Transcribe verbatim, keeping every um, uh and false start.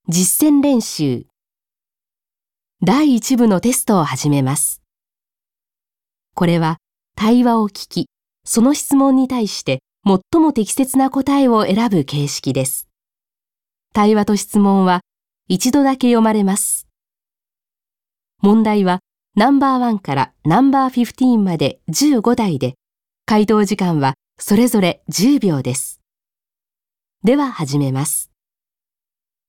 実践練習だいいち部のテストを始めます。これは対話を聞き、その質問に対して最も適切な答えを選ぶ形式です。対話と質問は一度だけ読まれます。問題はナンバーワンからナンバーフィフティーンまでじゅうご題で、回答時間はそれぞれじゅうびょうです。では始めます。